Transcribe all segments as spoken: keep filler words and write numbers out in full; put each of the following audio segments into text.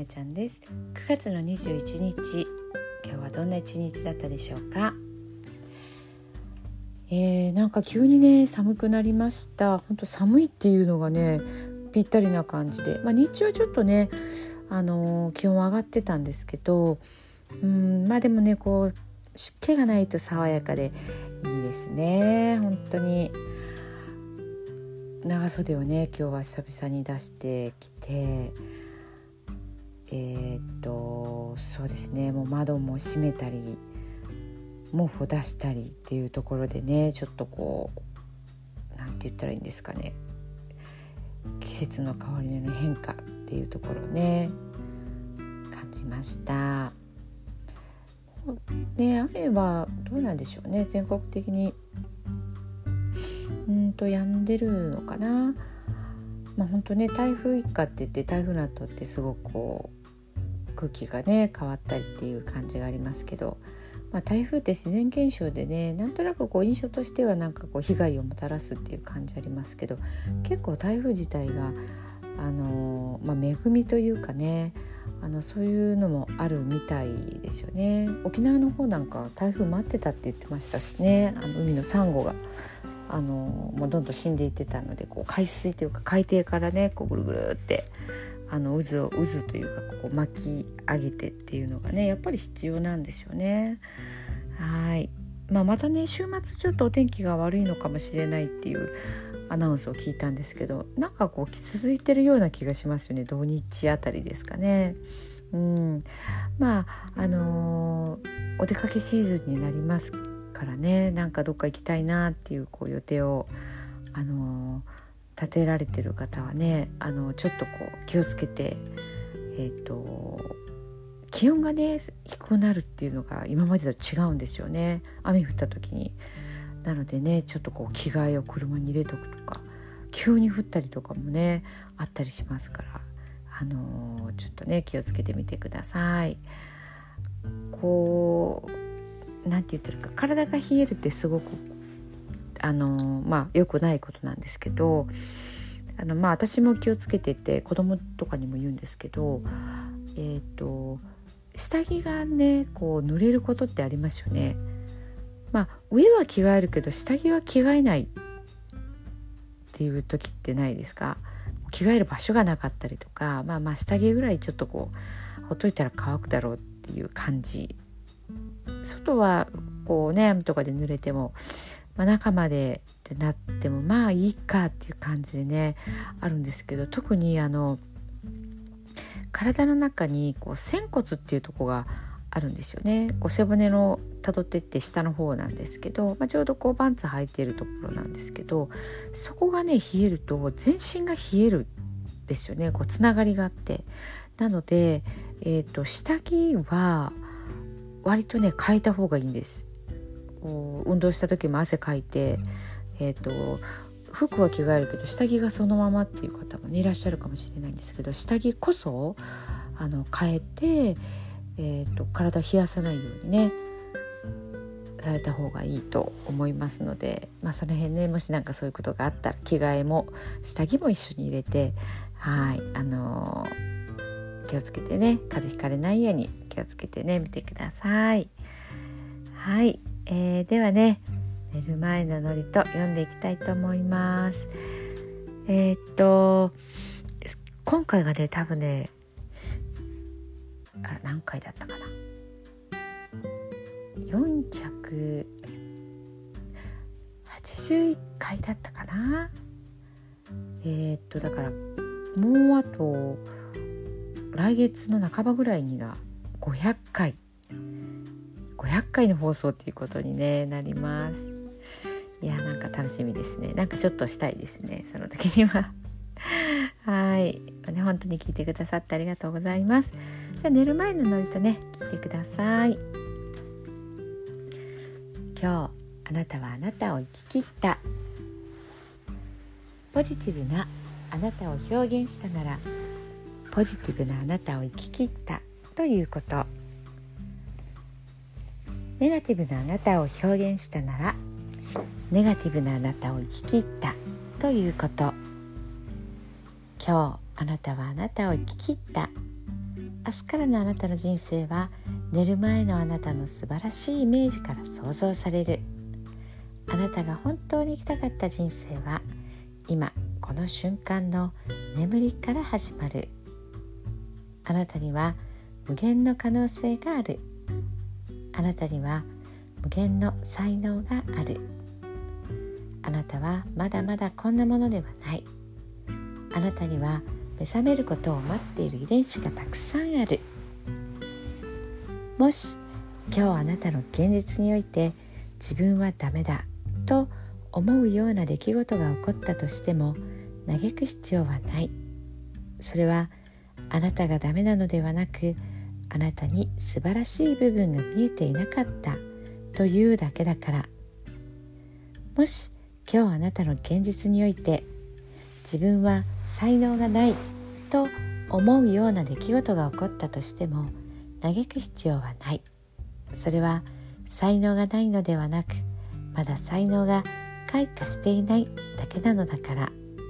ちゃんです。くがつのにじゅういちにち、今日はどんな一日だったでしょうか。えー、なんか急にね寒くなりました。本当寒いっていうのがねぴったりな感じで、まあ、日中はちょっとね、あのー、気温は上がってたんですけど、うんまあでもねこう湿気がないと爽やかでいいですね。本当に長袖をね今日は久々に出してきて、えー、っとそうですねもう窓も閉めたり毛布を出したりっていうところでねちょっとこうなんて言ったらいいんですかね、季節の変わり目の変化っていうところをね感じました。ね、雨はどうなんでしょうね。全国的にうんと止んでるのかな。まあ本当ね台風一過って言って台風の後ってすごくこう空気がね変わったりっていう感じがありますけど、まあ、台風って自然現象でねなんとなくこう印象としてはなんかこう被害をもたらすっていう感じありますけど、結構台風自体があの、まあ、恵みというかねあのそういうのもあるみたいですよね。沖縄の方なんか台風待ってたって言ってましたしね、あの海のサンゴがあのもうどんどん死んでいってたので、こう海水というか海底からねこうぐるぐるってあの渦を渦というかこう巻き上げてっていうのがねやっぱり必要なんでしょうね。はい、まあ、またね週末ちょっとお天気が悪いのかもしれないっていうアナウンスを聞いたんですけど、なんかこう続いてるような気がしますよね。土日あたりですかね。うん、まああのー、お出かけシーズンになりますからね、なんかどっか行きたいなっていう、こう予定をあのー、立てられてる方はね、あのちょっとこう気をつけて、えっと気温がね低くなるっていうのが今までと違うんですよね。雨降った時に。なのでねちょっとこう着替えを車に入れとくとか、急に降ったりとかもねあったりしますから、あのー、ちょっとね気をつけてみてください。こうなんて言ってるか、体が冷えるってすごくあのー、まあ良くないことなんですけど、あのまあ私も気をつけてて子供とかにも言うんですけど、えっと下着がねこう濡れることってありますよね。まあ上は着替えるけど下着は着替えないっていう時ってないですか。着替える場所がなかったりとか、まあまあ下着ぐらいちょっとこうほっといたら乾くだろうっていう感じ。外はこうね雨とかで濡れても、まあ、中までってなってもまあいいかっていう感じでねあるんですけど、特にあの体の中にこう仙骨っていうところがあるんですよね。こう背骨のたどってって下の方なんですけど、まあ、ちょうどこうパンツ履いているところなんですけど、そこがね冷えると全身が冷えるんですよね。こうつながりがあって、なので、えーと、下着は割とね変えた方がいいんです。こう運動した時も汗かいて、えーと服は着替えるけど下着がそのままっていう方もねいらっしゃるかもしれないんですけど、下着こそあの変えて、えーと体を冷やさないようにねされた方がいいと思いますので、まあ、その辺ねもしなんかそういうことがあったら着替えも下着も一緒に入れて、はいあのー、気をつけてね風邪ひかれないように気をつけてね見てください。はい、えー、ではね寝る前のノリと読んでいきたいと思います。えー、っと今回がね多分ねあれ何回だったかな、よんひゃくはちじゅういっかいだったかな。えー、っとだからもうあと来月の半ばぐらいにはごひゃっかいごひゃっかいの放送っていうことに、ね、なります。いやなんか楽しみですね。なんかちょっとしたいですねその時にははい、ね、本当に聞いてくださってありがとうございます。じゃあ寝る前のノリとね聞いてください。今日あなたはあなたを生き切った。ポジティブなあなたを表現したならポジティブなあなたを生き切ったということ。ネガティブなあなたを表現したならネガティブなあなたを生き切ったということ。今日あなたはあなたを生き切った。 明日からのあなたの人生は寝る前のあなたの素晴らしいイメージから想像される。あなたが本当に生きたかった人生は今この瞬間の眠りから始まる。あなたには無限の可能性がある。あなたには無限の才能がある。あなたはまだまだこんなものではない。あなたには目覚めることを待っている遺伝子がたくさんある。もし今日あなたの現実において自分はダメだと思うような出来事が起こったとしても嘆く必要はない。それはあなたがダメなのではなく、あなたに素晴らしい部分が見えていなかったというだけだから。もし今日あなたの現実において自分は才能がないと思うような出来事が起こったとしても嘆く必要はない。それは才能がないのではなく、まだ才能が開花していないだけなのだから。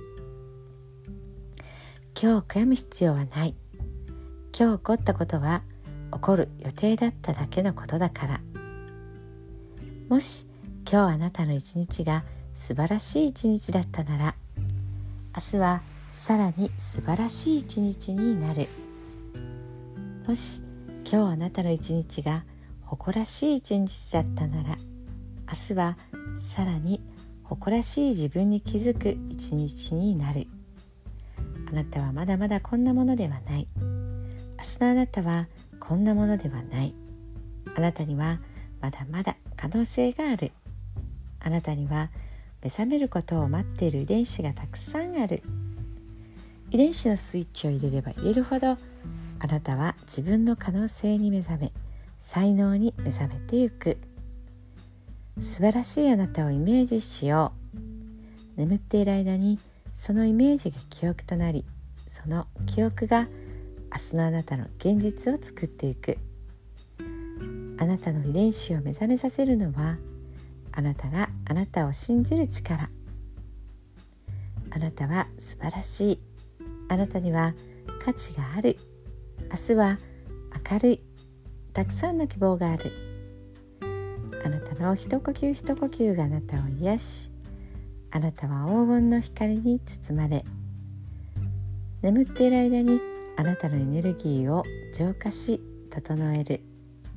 今日悔やむ必要はない。今日起こったことは起こる予定だっただけのことだから。もし今日あなたの一日が素晴らしい一日だったなら、明日はさらに素晴らしい一日になる。もし今日あなたの一日が誇らしい一日だったなら、明日はさらに誇らしい自分に気づく一日になる。あなたはまだまだこんなものではない。明日のあなたはこんなものではない。あなたにはまだまだ可能性がある。あなたには目覚めることを待っている遺伝子がたくさんある。遺伝子のスイッチを入れれば入れるほど、あなたは自分の可能性に目覚め、才能に目覚めてゆく。素晴らしいあなたをイメージしよう。眠っている間にそのイメージが記憶となり、その記憶が明日のあなたの現実を作っていく。あなたの遺伝子を目覚めさせるのは、あなたがあなたを信じる力。あなたは素晴らしい。あなたには価値がある。明日は明るい。たくさんの希望がある。あなたの一呼吸一呼吸があなたを癒し、あなたは黄金の光に包まれ、眠っている間にあなたのエネルギーを浄化し整える。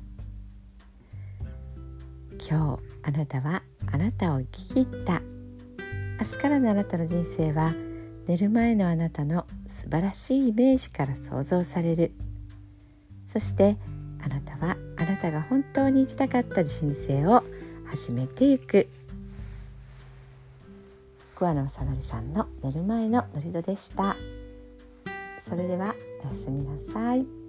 今日あなたはあなたを生き切った。明日からのあなたの人生は寝る前のあなたの素晴らしいイメージから想像される。そしてあなたはあなたが本当に生きたかった人生を始めていく。桑名正則さんの寝る前の祝詞でした。それではおやすみなさい。